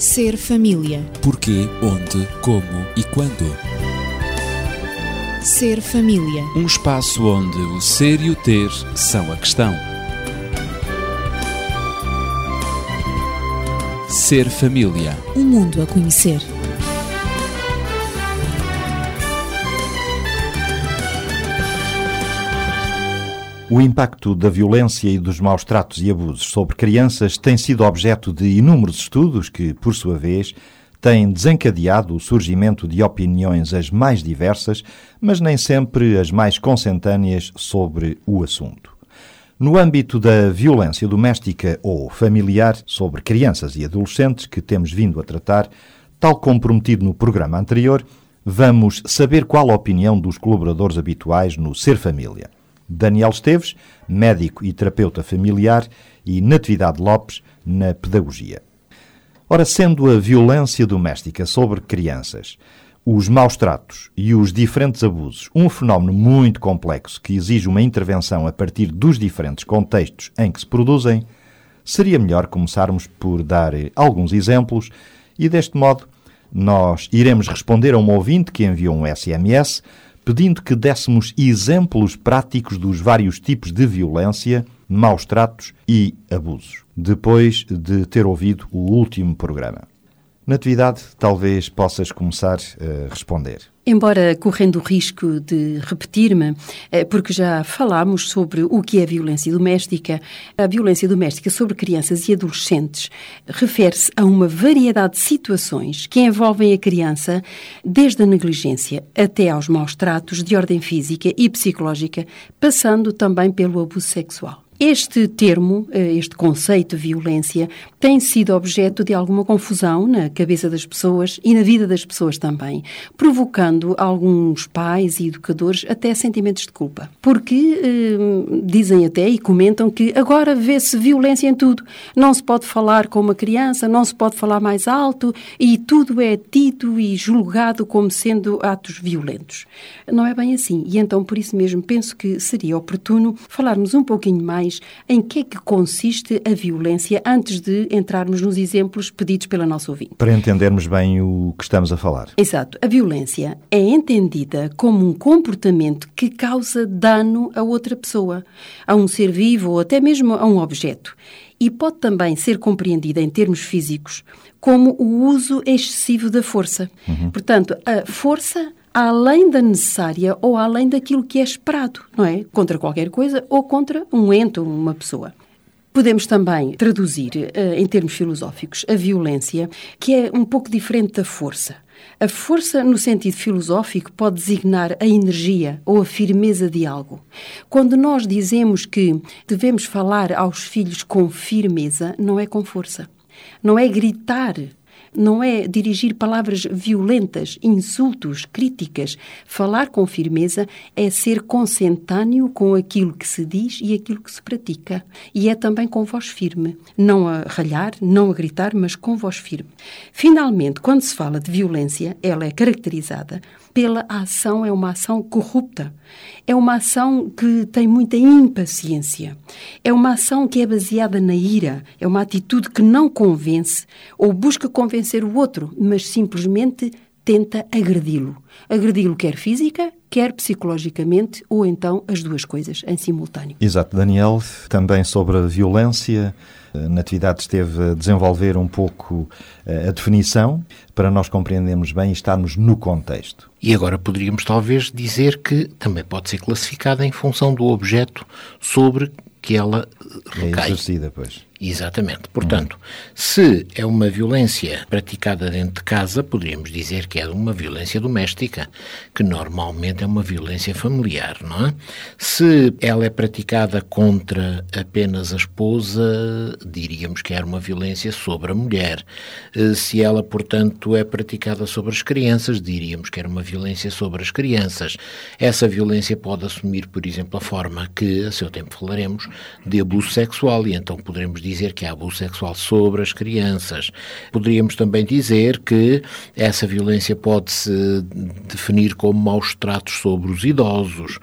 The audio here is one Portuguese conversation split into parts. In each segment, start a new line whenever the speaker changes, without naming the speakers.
Ser família.
Porquê, onde, como e quando.
Ser família.
Um espaço onde o ser e o ter são a questão. Ser família.
Um mundo a conhecer.
O impacto da violência e dos maus tratos e abusos sobre crianças tem sido objeto de inúmeros estudos que, por sua vez, têm desencadeado o surgimento de opiniões as mais diversas, mas nem sempre as mais consentâneas sobre o assunto. No âmbito da violência doméstica ou familiar sobre crianças e adolescentes que temos vindo a tratar, tal como prometido no programa anterior, vamos saber qual a opinião dos colaboradores habituais no Ser Família. Daniel Esteves, médico e terapeuta familiar, e Natividade Lopes, na pedagogia. Ora, sendo a violência doméstica sobre crianças, os maus tratos e os diferentes abusos um fenómeno muito complexo que exige uma intervenção a partir dos diferentes contextos em que se produzem, seria melhor começarmos por dar alguns exemplos e, deste modo, nós iremos responder a um ouvinte que enviou um SMS pedindo que dessemos exemplos práticos dos vários tipos de violência, maus tratos e abusos, depois de ter ouvido o último programa. Natividade, talvez possas começar a responder.
Embora correndo o risco de repetir-me, porque já falámos sobre o que é violência doméstica, a violência doméstica sobre crianças e adolescentes refere-se a uma variedade de situações que envolvem a criança, desde a negligência até aos maus tratos de ordem física e psicológica, passando também pelo abuso sexual. Este termo, este conceito de violência, tem sido objeto de alguma confusão na cabeça das pessoas e na vida das pessoas também, provocando alguns pais e educadores até sentimentos de culpa. Porque dizem até e comentam que agora vê-se violência em tudo. Não se pode falar com uma criança, não se pode falar mais alto e tudo é tido e julgado como sendo atos violentos. Não é bem assim. E então, por isso mesmo, penso que seria oportuno falarmos um pouquinho mais em que é que consiste a violência antes de entrarmos nos exemplos pedidos pela nossa ouvinte.
Para entendermos bem o que estamos a falar.
Exato. A violência é entendida como um comportamento que causa dano a outra pessoa, a um ser vivo ou até mesmo a um objeto. E pode também ser compreendida em termos físicos como o uso excessivo da força. Portanto, a força além da necessária ou além daquilo que é esperado, não é? Contra qualquer coisa ou contra um ente ou uma pessoa. Podemos também traduzir, em termos filosóficos, a violência, que é um pouco diferente da força. A força, no sentido filosófico, pode designar a energia ou a firmeza de algo. Quando nós dizemos que devemos falar aos filhos com firmeza, não é com força. Não é gritar. Não é dirigir palavras violentas, insultos, críticas. Falar com firmeza é ser consentâneo com aquilo que se diz e aquilo que se pratica. E é também com voz firme. Não a ralhar, não a gritar, mas com voz firme. Finalmente, quando se fala de violência, ela é caracterizada pela ação, é uma ação corrupta. É uma ação que tem muita impaciência. É uma ação que é baseada na ira. É uma atitude que não convence ou busca convencer o outro, mas simplesmente tenta agredi-lo. Agredi-lo quer física, quer psicologicamente, ou então as duas coisas em simultâneo.
Exato, Daniel, também sobre a violência, a Natividade esteve a desenvolver um pouco a definição para nós compreendermos bem e estarmos no contexto.
E agora poderíamos talvez dizer que também pode ser classificada em função do objeto sobre que ela recai.
É exercida, pois.
Exatamente. Portanto, se é uma violência praticada dentro de casa, poderíamos dizer que é uma violência doméstica, que normalmente é uma violência familiar, não é? Se ela é praticada contra apenas a esposa, diríamos que é uma violência sobre a mulher. Se ela, portanto, é praticada sobre as crianças, diríamos que era uma violência sobre as crianças. Essa violência pode assumir, por exemplo, a forma que, a seu tempo falaremos, de abuso sexual, e então poderemos dizer que há abuso sexual sobre as crianças. Poderíamos também dizer que essa violência pode-se definir como maus tratos sobre os idosos,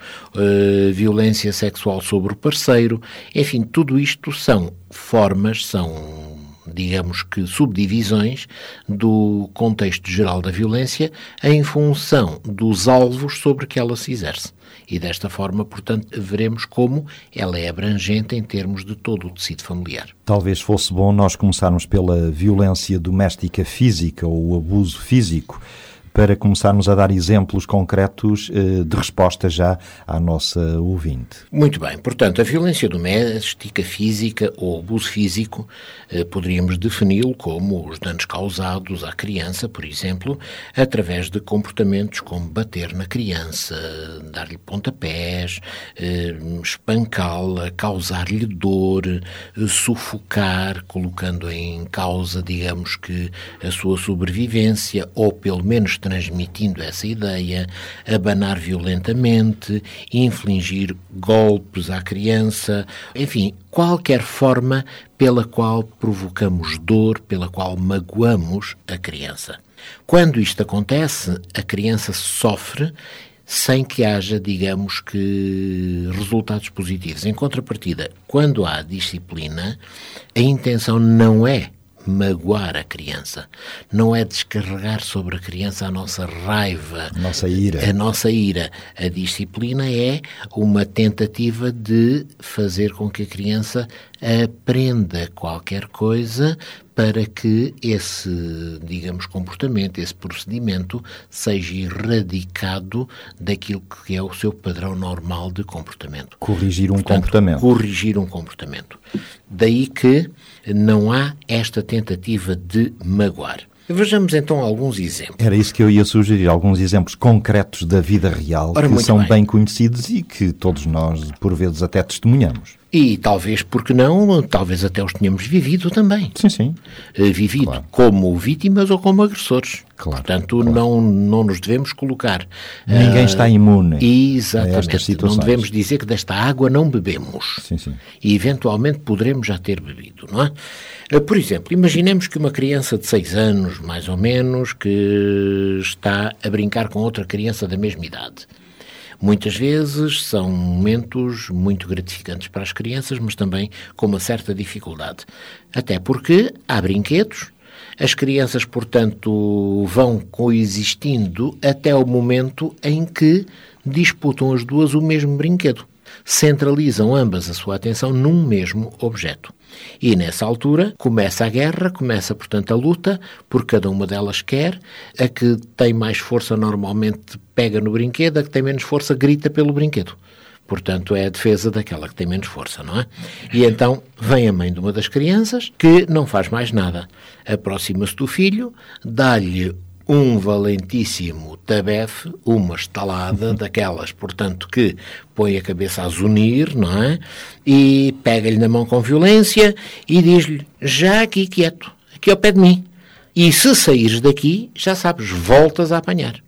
violência sexual sobre o parceiro, enfim, tudo isto são formas, são digamos que, subdivisões do contexto geral da violência em função dos alvos sobre que ela se exerce. E desta forma, portanto, veremos como ela é abrangente em termos de todo o tecido familiar.
Talvez fosse bom nós começarmos pela violência doméstica física ou o abuso físico, para começarmos a dar exemplos concretos de resposta já à nossa ouvinte.
Muito bem. Portanto, a violência doméstica física ou abuso físico poderíamos defini-lo como os danos causados à criança, por exemplo, através de comportamentos como bater na criança, dar-lhe pontapés, espancá-la, causar-lhe dor, sufocar, colocando em causa, digamos que, a sua sobrevivência, ou pelo menos transmitindo essa ideia, abanar violentamente, infligir golpes à criança, enfim, qualquer forma pela qual provocamos dor, pela qual magoamos a criança. Quando isto acontece, a criança sofre sem que haja, digamos que, resultados positivos. Em contrapartida, quando há disciplina, a intenção não é magoar a criança, não é descarregar sobre a criança a nossa raiva, a nossa ira. A disciplina é uma tentativa de fazer com que a criança aprenda qualquer coisa para que esse, digamos, comportamento, esse procedimento seja erradicado daquilo que é o seu padrão normal de comportamento.
Corrigir um comportamento.
Daí que não há esta tentativa de magoar. Vejamos então alguns exemplos.
Era isso que eu ia sugerir, alguns exemplos concretos da vida real que são bem conhecidos e que todos nós, por vezes, até testemunhamos.
E talvez, porque não, talvez até os tenhamos vivido também.
Sim.
Vivido claro. Como vítimas ou como agressores.
Claro,
portanto, não nos devemos colocar...
Ninguém está imune
exatamente,
a estas situações.
Não devemos dizer que desta água não bebemos.
Sim.
E, eventualmente, poderemos já ter bebido, não é? Por exemplo, imaginemos que uma criança de 6 anos, mais ou menos, que está a brincar com outra criança da mesma idade. Muitas vezes são momentos muito gratificantes para as crianças, mas também com uma certa dificuldade. Até porque há brinquedos, as crianças, portanto, vão coexistindo até o momento em que disputam as duas o mesmo brinquedo. Centralizam ambas a sua atenção num mesmo objeto. E nessa altura começa a guerra, começa, portanto, a luta, porque cada uma delas quer. A que tem mais força normalmente pega no brinquedo, a que tem menos força grita pelo brinquedo. Portanto, é a defesa daquela que tem menos força, não é? E então vem a mãe de uma das crianças, que não faz mais nada. Aproxima-se do filho, dá-lhe um valentíssimo tabefe, uma estalada daquelas, portanto, que põe a cabeça a zunir, não é? E pega-lhe na mão com violência e diz-lhe, já aqui quieto, aqui ao pé de mim. E se saíres daqui, já sabes, voltas a apanhar.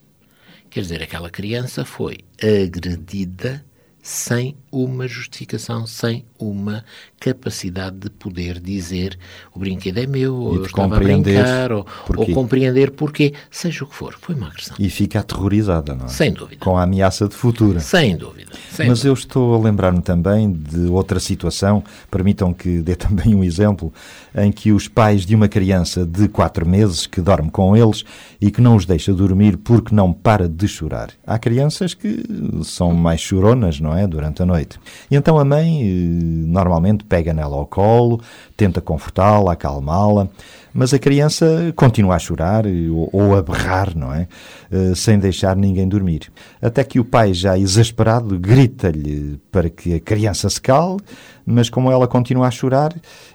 Quer dizer, aquela criança foi agredida sem uma justificação, sem uma capacidade de poder dizer o brinquedo é meu, ou eu estava a brincar, ou compreender porquê, seja o que for, foi uma agressão.
E fica aterrorizada, não é?
Sem dúvida.
Com a ameaça de futura.
Sem dúvida.
Mas eu estou a lembrar-me também de outra situação, permitam que dê também um exemplo, em que os pais de uma criança de 4 meses que dorme com eles e que não os deixa dormir porque não para de chorar. Há crianças que são mais choronas, não é? Durante a noite. E então a mãe normalmente pega nela ao colo, tenta confortá-la, acalmá-la, mas a criança continua a chorar ou a berrar, não é? Sem deixar ninguém dormir. Até que o pai, já exasperado, grita-lhe para que a criança se cale, mas como ela continua a chorar,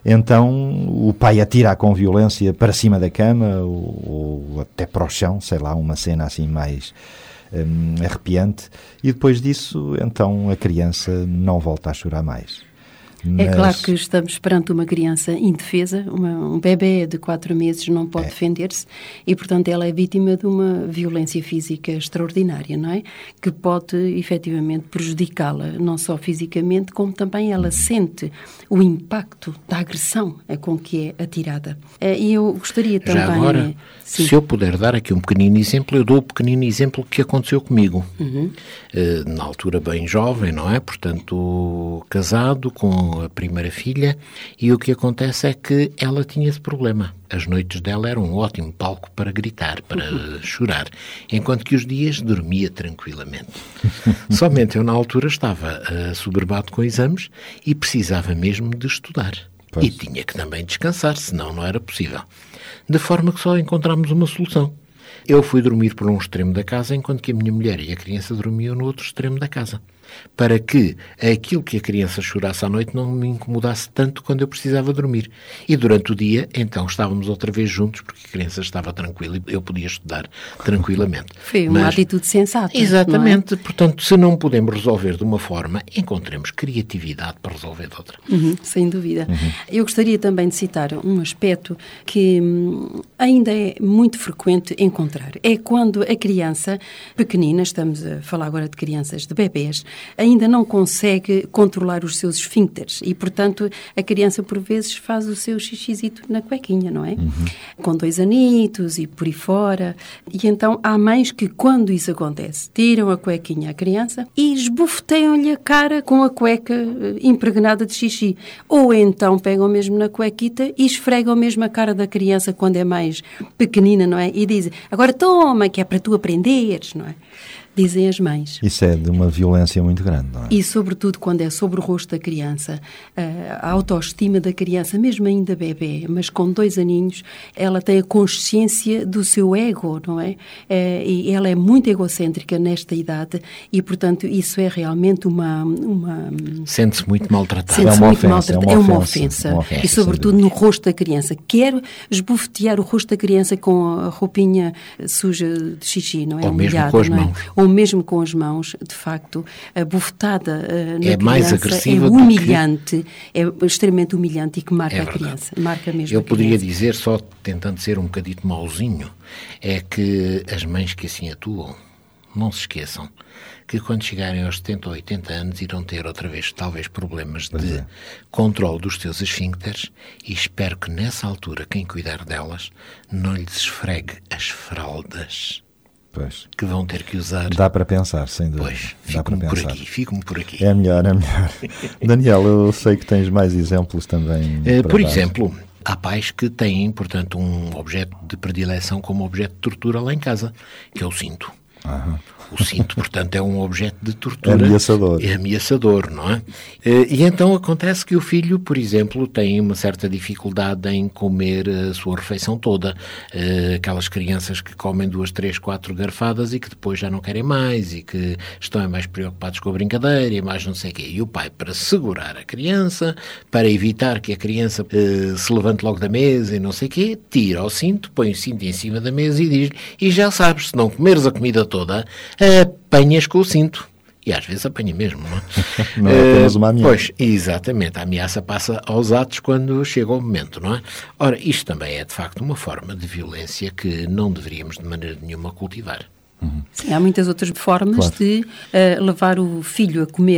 então o pai atira-a com violência para cima da cama ou até para o chão, sei lá, uma cena assim mais arrepiante, e depois disso, então, a criança não volta a chorar mais.
É claro que estamos perante uma criança indefesa, um bebê de 4 meses não pode defender-se e, portanto, ela é vítima de uma violência física extraordinária, não é? Que pode, efetivamente, prejudicá-la, não só fisicamente, como também ela sente o impacto da agressão com que é atirada. E eu gostaria também...
Já agora, se eu puder dar aqui um pequenino exemplo, eu dou o pequenino exemplo que aconteceu comigo. Na altura bem jovem, não é? Portanto, casado com com a primeira filha, e o que acontece é que ela tinha esse problema. As noites dela eram um ótimo palco para gritar, para chorar, enquanto que os dias dormia tranquilamente. Somente eu, na altura, estava assoberbado com exames e precisava mesmo de estudar.
Pois.
E tinha que também descansar, senão não era possível. De forma que só encontramos uma solução. Eu fui dormir por um extremo da casa, enquanto que a minha mulher e a criança dormiam no outro extremo da casa, para que aquilo que a criança chorasse à noite não me incomodasse tanto quando eu precisava dormir. E durante o dia, então, estávamos outra vez juntos, porque a criança estava tranquila e eu podia estudar tranquilamente.
Foi uma atitude sensata.
Exatamente.
Não é?
Portanto, se não podemos resolver de uma forma, encontremos criatividade para resolver de outra.
Sem dúvida. Eu gostaria também de citar um aspecto que ainda é muito frequente encontrar. É quando a criança pequenina, estamos a falar agora de crianças, de bebés, ainda não consegue controlar os seus esfíncteres e, portanto, a criança por vezes faz o seu xixizito na cuequinha, não é? Com 2 anitos e por aí fora. E então há mães que, quando isso acontece, tiram a cuequinha à criança e esbofeteiam-lhe a cara com a cueca impregnada de xixi. Ou então pegam mesmo na cuequita e esfregam mesmo a cara da criança quando é mais pequenina, não é? E dizem, agora toma, que é para tu aprenderes, não é? Dizem as mães.
Isso é de uma violência muito grande, não é?
E, sobretudo, quando é sobre o rosto da criança, a autoestima da criança, mesmo ainda bebê, mas com 2 aninhos, ela tem a consciência do seu ego, não é? E ela é muito egocêntrica nesta idade e, portanto, isso é realmente uma...
Sente-se muito maltratada.
É uma ofensa.
E, sobretudo, no rosto da criança. Quer esbofetear o rosto da criança com a roupinha suja de xixi, não é?
Ou mesmo com as mãos.
Ou mesmo com as mãos, de facto, a bofetada na criança
mais agressiva
é humilhante, é extremamente humilhante e que marca a criança. Marca mesmo
Eu
a criança.
poderia dizer, só tentando ser um bocadito mauzinho, é que as mães que assim atuam, não se esqueçam que quando chegarem aos 70 ou 80 anos irão ter outra vez, talvez, problemas de controle dos seus esfíncteres e espero que nessa altura quem cuidar delas não lhes esfregue as fraldas.
Pois.
Que vão ter que usar.
Dá para pensar, sem dúvida.
Pois, fico-me por aqui.
É melhor. Daniel, eu sei que tens mais exemplos também.
Por exemplo, há pais que têm, portanto, um objeto de predileção como objeto de tortura lá em casa, que é o cinto. O cinto, portanto, é um objeto de tortura. É ameaçador, não é? E então acontece que o filho, por exemplo, tem uma certa dificuldade em comer a sua refeição toda. Aquelas crianças que comem 2, 3, 4 garfadas e que depois já não querem mais e que estão mais preocupados com a brincadeira e mais não sei o quê. E o pai, para segurar a criança, para evitar que a criança se levante logo da mesa e não sei o quê, tira o cinto, põe o cinto em cima da mesa e diz, e já sabes, se não comeres a comida toda, apanhas com o cinto. E às vezes apanha mesmo, não é?
Não é apenas uma ameaça.
Pois, exatamente. A ameaça passa aos atos quando chega o momento, não é? Ora, isto também é, de facto, uma forma de violência que não deveríamos, de maneira nenhuma, cultivar.
Sim, há muitas outras formas de levar o filho a comer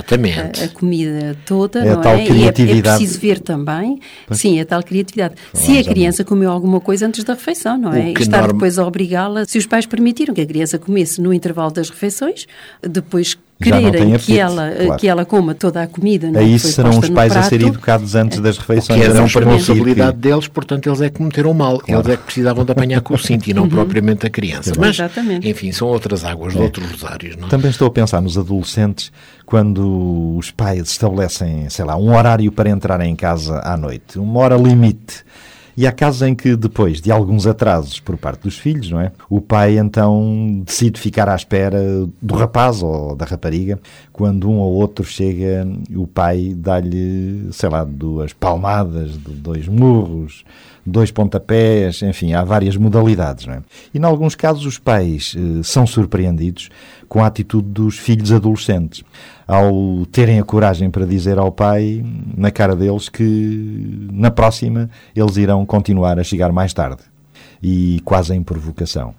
a comida toda,
é
não
tal
é?
Criatividade.
E é preciso ver também, sim, a tal criatividade. Se a criança comeu alguma coisa antes da refeição, não é? E estar depois a obrigá-la, se os pais permitiram que a criança comesse no intervalo das refeições, depois quererem que ela coma toda a comida. Não
é isso, serão os pais a ser educados antes das refeições.
Que é a responsabilidade deles, portanto, eles é que cometeram mal. Claro. Eles é que precisavam de apanhar com o cinto e não propriamente a criança. Mas, enfim, são outras águas, de outros rosários. Não?
Também estou a pensar nos adolescentes, quando os pais estabelecem, sei lá, um horário para entrar em casa à noite, uma hora limite. E há casos em que, depois de alguns atrasos por parte dos filhos, não é? O pai, então, decide ficar à espera do rapaz ou da rapariga. Quando um ou outro chega, o pai dá-lhe, sei lá, 2 palmadas, 2 murros, 2 pontapés, enfim, há várias modalidades, não é? E, em alguns casos, os pais são surpreendidos com a atitude dos filhos adolescentes, ao terem a coragem para dizer ao pai, na cara deles, que na próxima eles irão continuar a chegar mais tarde, e quase em provocação.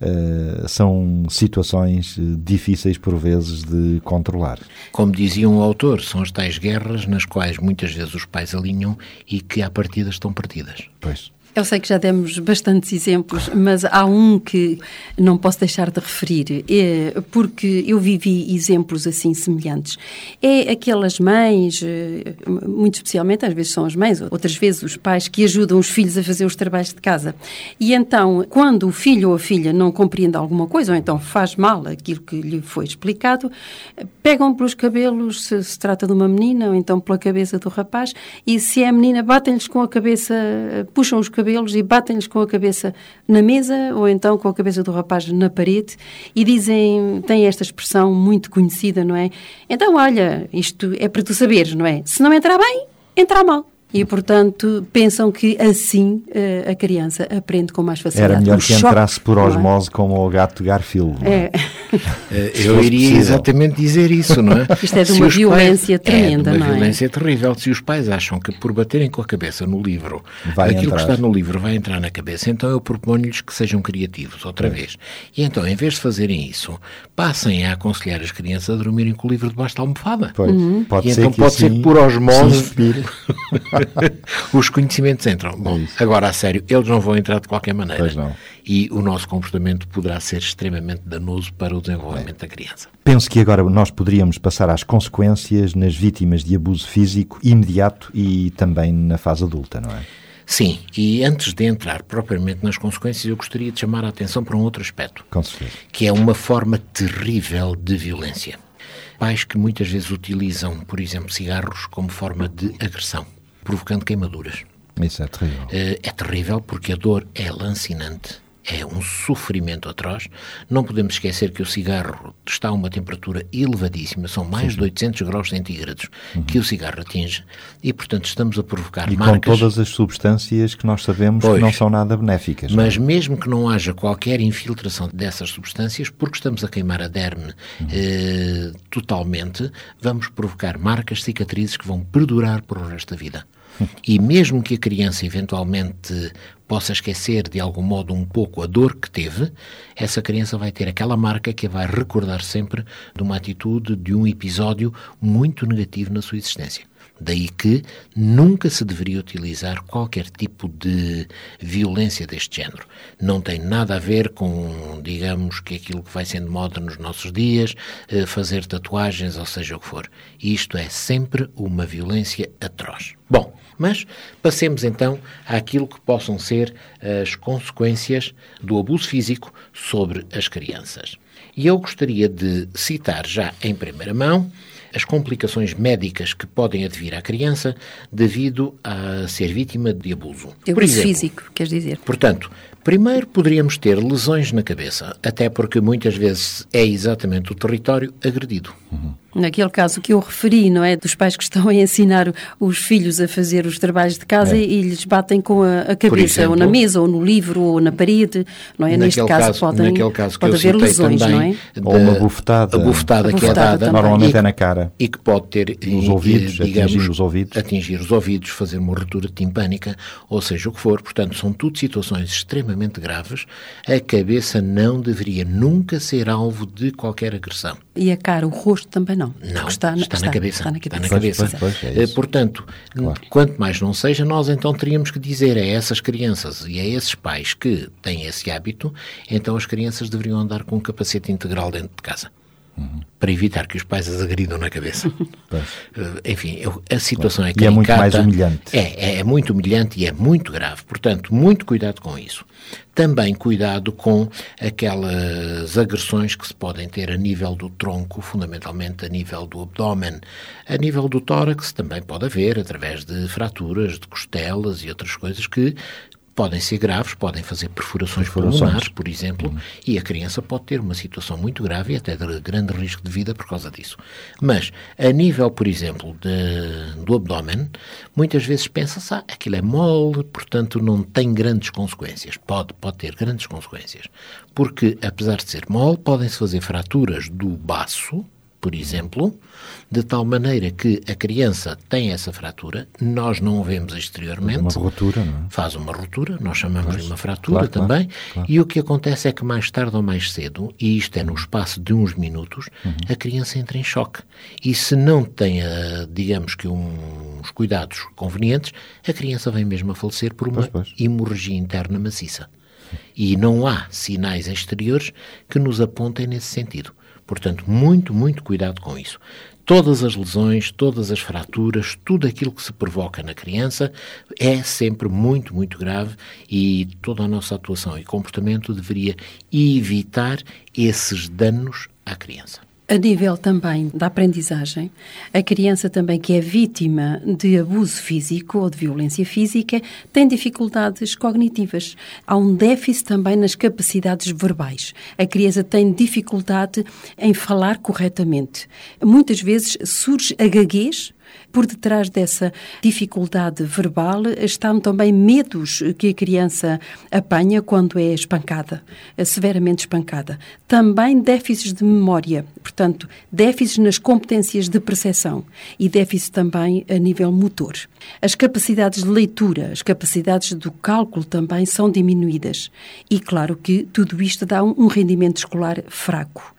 São situações difíceis por vezes de controlar.
Como dizia um autor, são as tais guerras nas quais muitas vezes os pais alinham e que à partida estão perdidas.
Pois.
Eu sei que já demos bastantes exemplos, mas há um que não posso deixar de referir, porque eu vivi exemplos assim semelhantes. É aquelas mães, muito especialmente, às vezes são as mães, outras vezes os pais, que ajudam os filhos a fazer os trabalhos de casa. E então, quando o filho ou a filha não compreende alguma coisa, ou então faz mal aquilo que lhe foi explicado, pegam pelos cabelos, se trata de uma menina, ou então pela cabeça do rapaz, e se é a menina, batem-lhes com a cabeça, puxam os cabelos e batem-lhes com a cabeça na mesa ou então com a cabeça do rapaz na parede e dizem, tem esta expressão muito conhecida, não é? Então, olha, isto é para tu saberes, não é? Se não entrar bem, entrar mal. E, portanto, pensam que assim a criança aprende com mais facilidade.
Era melhor que entrasse por osmose como o gato Garfield.
Eu iria exatamente dizer isso, não é?
Isto é de uma violência tremenda, não é?
É de uma violência terrível. Se os pais acham que por baterem com a cabeça no livro, aquilo que está no livro vai entrar na cabeça, então eu proponho-lhes que sejam criativos, outra vez. E então, em vez de fazerem isso, passem a aconselhar as crianças a dormirem com o livro debaixo da almofada.
Pois, pode
e
ser
então
que
pode ser que por osmose os conhecimentos entram. Bom, agora a sério, eles não vão entrar de qualquer maneira.
Pois não.
E o nosso comportamento poderá ser extremamente danoso para o desenvolvimento da criança.
Penso que agora nós poderíamos passar às consequências nas vítimas de abuso físico imediato e também na fase adulta, não é?
Sim, e antes de entrar propriamente nas consequências, eu gostaria de chamar a atenção para um outro aspecto.
Com certeza. Que
é uma forma terrível de violência. Pais que muitas vezes utilizam, por exemplo, cigarros como forma de agressão, provocando queimaduras.
Isso é terrível.
É terrível porque a dor é lancinante, é um sofrimento atroz. Não podemos esquecer que o cigarro está a uma temperatura elevadíssima, são mais de 800 graus centígrados que o cigarro atinge e, portanto, estamos a provocar marcas.
E com todas as substâncias que nós sabemos que não são nada benéficas.
Mas mesmo que não haja qualquer infiltração dessas substâncias, porque estamos a queimar a derme totalmente, vamos provocar marcas, cicatrizes que vão perdurar por o resto da vida. E mesmo que a criança eventualmente possa esquecer de algum modo um pouco a dor que teve, essa criança vai ter aquela marca que a vai recordar sempre de uma atitude, de um episódio muito negativo na sua existência. Daí que nunca se deveria utilizar qualquer tipo de violência deste género. Não tem nada a ver com, digamos, que aquilo que vai sendo moda nos nossos dias, fazer tatuagens, ou seja o que for. Isto é sempre uma violência atroz. Bom, mas passemos então àquilo que possam ser as consequências do abuso físico sobre as crianças. E eu gostaria de citar já em primeira mão as complicações médicas que podem advir à criança devido a ser vítima de abuso.
Abuso físico, queres dizer?
Portanto, primeiro poderíamos ter lesões na cabeça, até porque muitas vezes é exatamente o território agredido.
Naquele caso que eu referi, não é? Dos pais que estão a ensinar os filhos a fazer os trabalhos de casa e lhes batem com a cabeça, ou na mesa, ou no livro, ou na parede, não é? Neste caso pode haver lesões,
também,
não é?
Ou uma bufetada.
A bufetada que é dada.
Também.
Normalmente é na cara.
E que pode ter,
os ouvidos,
digamos,
atingir os
ouvidos, fazer uma ruptura timpânica, ou seja o que for. Portanto, são tudo situações extremamente graves. A cabeça não deveria nunca ser alvo de qualquer agressão.
E a cara, o rosto também não.
Não, está na cabeça. Está na
cabeça.
Pois, portanto, claro. Quanto mais não seja, nós então teríamos que dizer a essas crianças e a esses pais que têm esse hábito, então as crianças deveriam andar com um capacete integral dentro de casa. Para evitar que os pais as agridam na cabeça. Enfim, a situação é
e é muito mais humilhante.
É muito humilhante e é muito grave. Portanto, muito cuidado com isso. Também cuidado com aquelas agressões que se podem ter a nível do tronco, fundamentalmente a nível do abdômen. A nível do tórax também pode haver, através de fraturas, de costelas e outras coisas que podem ser graves, podem fazer perfurações pulmonares, por exemplo, e a criança pode ter uma situação muito grave e até de grande risco de vida por causa disso. Mas, a nível, por exemplo, do abdômen, muitas vezes pensa-se, aquilo é mole, portanto não tem grandes consequências. Pode ter grandes consequências. Porque, apesar de ser mole, podem-se fazer fraturas do baço, por exemplo, de tal maneira que a criança tem essa fratura, nós não o vemos exteriormente.
Uma rotura, não é?
Faz uma rotura, nós chamamos de uma fratura também, claro. E o que acontece é que mais tarde ou mais cedo, e isto é no espaço de uns minutos, a criança entra em choque. E se não tem, digamos que uns cuidados convenientes, a criança vem mesmo a falecer por uma hemorragia interna maciça. E não há sinais exteriores que nos apontem nesse sentido. Portanto, muito, muito cuidado com isso. Todas as lesões, todas as fraturas, tudo aquilo que se provoca na criança é sempre muito, muito grave e toda a nossa atuação e comportamento deveria evitar esses danos à criança.
A nível também da aprendizagem, a criança também que é vítima de abuso físico ou de violência física tem dificuldades cognitivas. Há um déficit também nas capacidades verbais. A criança tem dificuldade em falar corretamente. Muitas vezes surge a gaguez. Por detrás dessa dificuldade verbal estão também medos que a criança apanha quando é espancada, severamente espancada. Também déficits de memória, portanto, déficits nas competências de percepção e déficits também a nível motor. As capacidades de leitura, as capacidades do cálculo também são diminuídas. E claro que tudo isto dá um rendimento escolar fraco.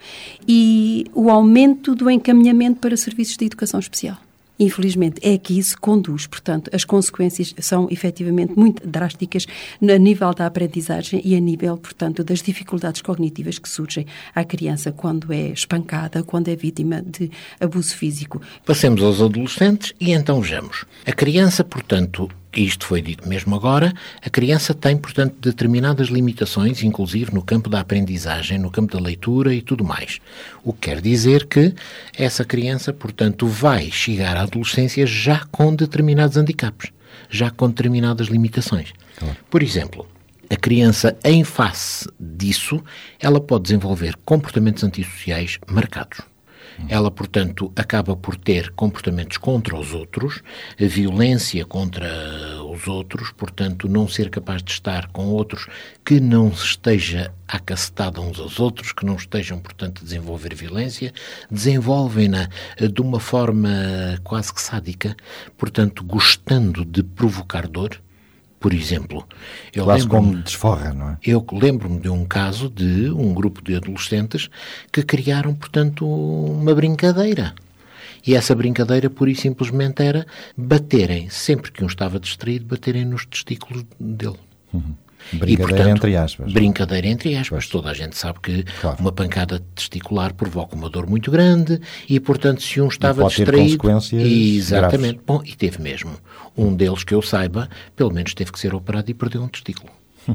E o aumento do encaminhamento para serviços de educação especial. Infelizmente, é que isso conduz. Portanto, as consequências são efetivamente muito drásticas a nível da aprendizagem e a nível, portanto, das dificuldades cognitivas que surgem à criança quando é espancada, quando é vítima de abuso físico.
Passemos aos adolescentes e então vejamos. A criança, portanto, isto foi dito mesmo agora, a criança tem, portanto, determinadas limitações, inclusive no campo da aprendizagem, no campo da leitura e tudo mais. O que quer dizer que essa criança, portanto, vai chegar à adolescência já com determinados handicaps, já com determinadas limitações. Claro. Por exemplo, a criança, em face disso, ela pode desenvolver comportamentos antissociais marcados. Ela, portanto, acaba por ter comportamentos contra os outros, a violência contra os outros, portanto, não ser capaz de estar com outros que não esteja acacetado uns aos outros, que não estejam, portanto, a desenvolver violência, desenvolvem-na de uma forma quase que sádica, portanto, gostando de provocar dor. Por exemplo,
quase como desforra, não é?
Eu lembro-me de um caso de um grupo de adolescentes que criaram, portanto, uma brincadeira. E essa brincadeira, pura e simplesmente, era baterem, sempre que um estava distraído, baterem nos testículos dele.
Brincadeira, e, portanto, entre aspas.
Brincadeira entre aspas. Toda a gente sabe que uma pancada testicular provoca uma dor muito grande e, portanto, se um estava distraído...
Pode ter consequências
exatamente.
Graves.
Bom, e teve mesmo. Um deles, que eu saiba, pelo menos teve que ser operado e perdeu um testículo.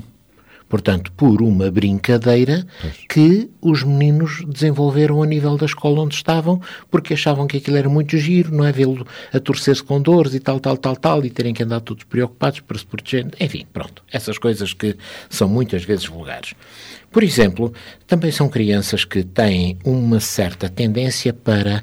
Portanto, por uma brincadeira que os meninos desenvolveram a nível da escola onde estavam, porque achavam que aquilo era muito giro, não é? Vê-lo a torcer-se com dores e tal, e terem que andar todos preocupados para se proteger. Enfim, pronto. Essas coisas que são muitas vezes vulgares. Por exemplo, também são crianças que têm uma certa tendência para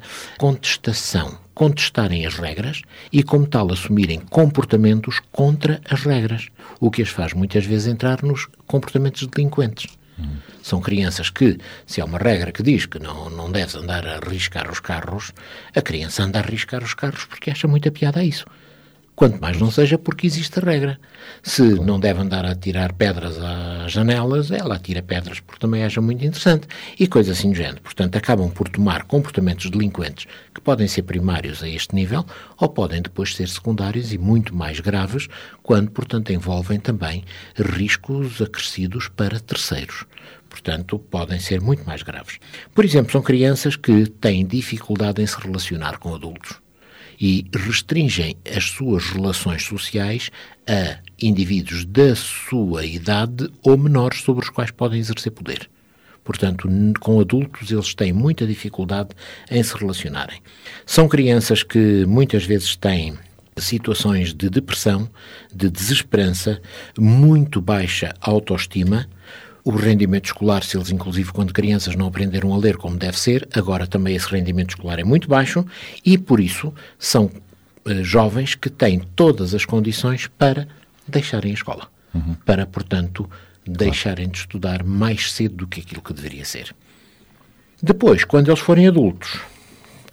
contestarem as regras e, como tal, assumirem comportamentos contra as regras, o que as faz muitas vezes entrar nos comportamentos delinquentes. São crianças que, se há uma regra que diz que não deves andar a riscar os carros, a criança anda a riscar os carros porque acha muita piada a isso. Quanto mais não seja porque existe a regra. Se não deve andar a tirar pedras às janelas, ela atira pedras porque também acha muito interessante. E coisa assim do género. Portanto, acabam por tomar comportamentos delinquentes que podem ser primários a este nível ou podem depois ser secundários e muito mais graves quando, portanto, envolvem também riscos acrescidos para terceiros. Portanto, podem ser muito mais graves. Por exemplo, são crianças que têm dificuldade em se relacionar com adultos e restringem as suas relações sociais a indivíduos da sua idade ou menores sobre os quais podem exercer poder. Portanto, com adultos eles têm muita dificuldade em se relacionarem. São crianças que muitas vezes têm situações de depressão, de desesperança, muito baixa autoestima. O rendimento escolar, se eles, inclusive, quando crianças não aprenderam a ler como deve ser, agora também esse rendimento escolar é muito baixo e, por isso, são jovens que têm todas as condições para deixarem a escola. Para, portanto, deixarem de estudar mais cedo do que aquilo que deveria ser. Depois, quando eles forem adultos,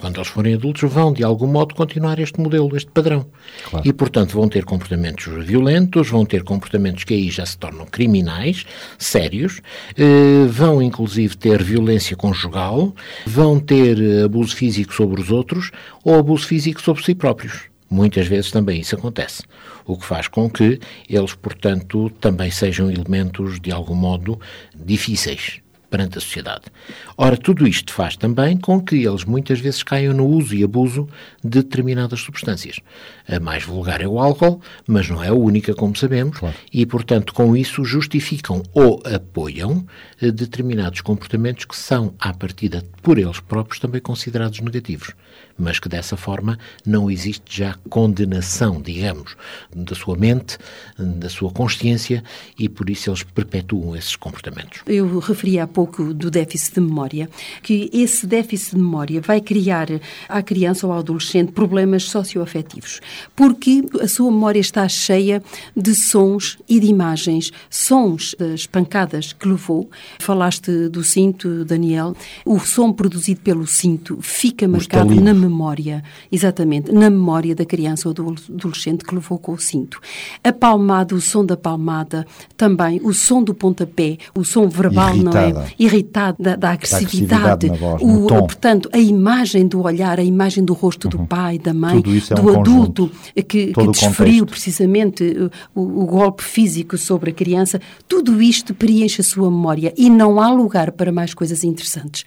quando eles forem adultos, vão, de algum modo, continuar este modelo, este padrão.
Claro.
E, portanto, vão ter comportamentos violentos, vão ter comportamentos que aí já se tornam criminais, sérios, vão, inclusive, ter violência conjugal, vão ter abuso físico sobre os outros ou abuso físico sobre si próprios. Muitas vezes também isso acontece, o que faz com que eles, portanto, também sejam elementos, de algum modo, difíceis perante a sociedade. Ora, tudo isto faz também com que eles muitas vezes caiam no uso e abuso de determinadas substâncias. A mais vulgar é o álcool, mas não é a única, como sabemos,
claro.
E, portanto, com isso justificam ou apoiam determinados comportamentos que são, à partida, por eles próprios, também considerados negativos, mas que dessa forma não existe já condenação, digamos, da sua mente, da sua consciência, e por isso eles perpetuam esses comportamentos.
Eu referi há pouco do déficit de memória, que esse déficit de memória vai criar à criança ou ao adolescente problemas socioafetivos, porque a sua memória está cheia de sons e de imagens, sons das pancadas que levou. Falaste do cinto, Daniel. O som produzido pelo cinto fica marcado na memória, exatamente, na memória da criança ou do adolescente que levou com o cinto. A palmada, o som da palmada, também o som do pontapé, o som verbal,
irritado.
Não é? Irritado, da agressividade,
na voz, no tom.
Portanto, a imagem do olhar, a imagem do rosto do pai, da mãe,
é
do adulto que
todo
desferiu precisamente o golpe físico sobre a criança, tudo isto preenche a sua memória e não há lugar para mais coisas interessantes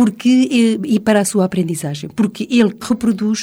e para a sua aprendizagem, porque ele reproduz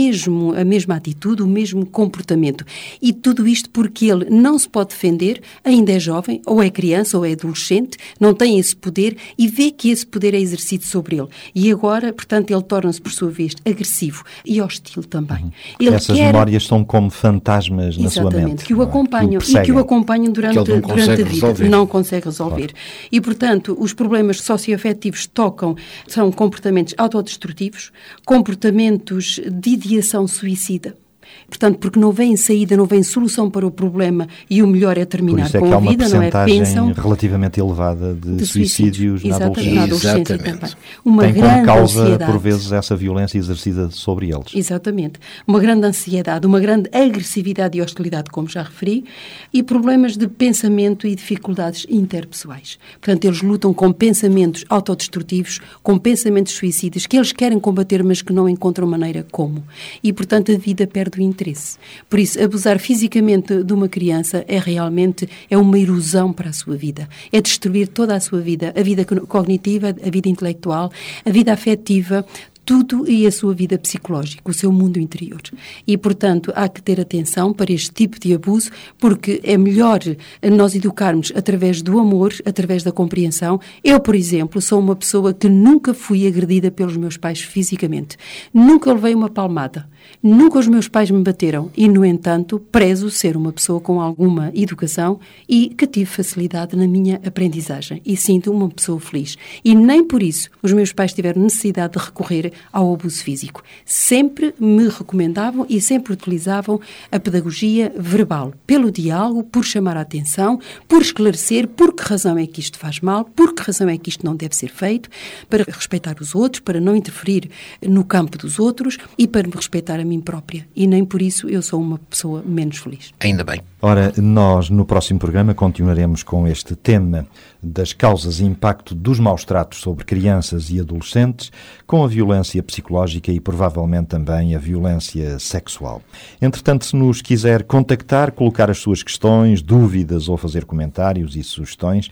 a mesma atitude, o mesmo comportamento, e tudo isto porque ele não se pode defender, ainda é jovem, ou é criança, ou é adolescente, não tem esse poder e vê que esse poder é exercido sobre ele. E agora, portanto, ele torna-se, por sua vez, agressivo e hostil também.
Essas memórias são como fantasmas na sua mente.
Que o acompanham e que o acompanham durante a vida. Não consegue resolver. Claro. E, portanto, os problemas socioafetivos são comportamentos autodestrutivos, comportamentos de ideação suicida. Portanto, porque não vem saída, não vem solução para o problema e o melhor é terminar com a vida, não é?
Pensam relativamente elevada de suicídios na adolescência.
Também. Uma
tem
grande
como causa,
ansiedade.
Por vezes, essa violência exercida sobre eles.
Exatamente. Uma grande ansiedade, uma grande agressividade e hostilidade, como já referi, e problemas de pensamento e dificuldades interpessoais. Portanto, eles lutam com pensamentos autodestrutivos, com pensamentos suicidas, que eles querem combater, mas que não encontram maneira como. E, portanto, a vida perde o interesse. Por isso, abusar fisicamente de uma criança é realmente uma erosão para a sua vida. É destruir toda a sua vida, a vida cognitiva, a vida intelectual, a vida afetiva, tudo e a sua vida psicológica, o seu mundo interior. E, portanto, há que ter atenção para este tipo de abuso, porque é melhor nós educarmos através do amor, através da compreensão. Eu, por exemplo, sou uma pessoa que nunca fui agredida pelos meus pais fisicamente. Nunca levei uma palmada. Nunca os meus pais me bateram e, no entanto, prezo ser uma pessoa com alguma educação e que tive facilidade na minha aprendizagem e sinto uma pessoa feliz. E nem por isso os meus pais tiveram necessidade de recorrer ao abuso físico. Sempre me recomendavam e sempre utilizavam a pedagogia verbal, pelo diálogo, por chamar a atenção, por esclarecer por que razão é que isto faz mal, por que razão é que isto não deve ser feito, para respeitar os outros, para não interferir no campo dos outros e para me respeitar a mim própria. E nem por isso eu sou uma pessoa menos feliz.
Ainda bem.
Ora, nós no próximo programa continuaremos com este tema das causas e impacto dos maus tratos sobre crianças e adolescentes, com a violência psicológica e provavelmente também a violência sexual. Entretanto, se nos quiser contactar, colocar as suas questões, dúvidas ou fazer comentários e sugestões,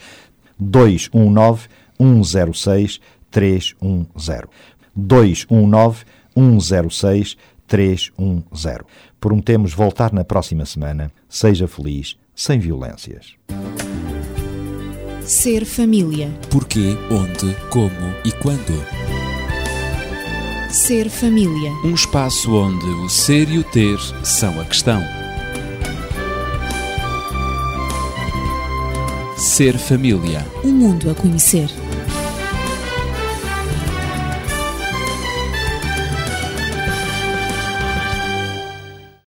219 106 310. 219 106 310. Prometemos voltar na próxima semana. Seja feliz, sem violências.
Ser família.
Porquê, onde, como e quando.
Ser família.
Um espaço onde o ser e o ter são a questão. Ser família.
Um mundo a conhecer.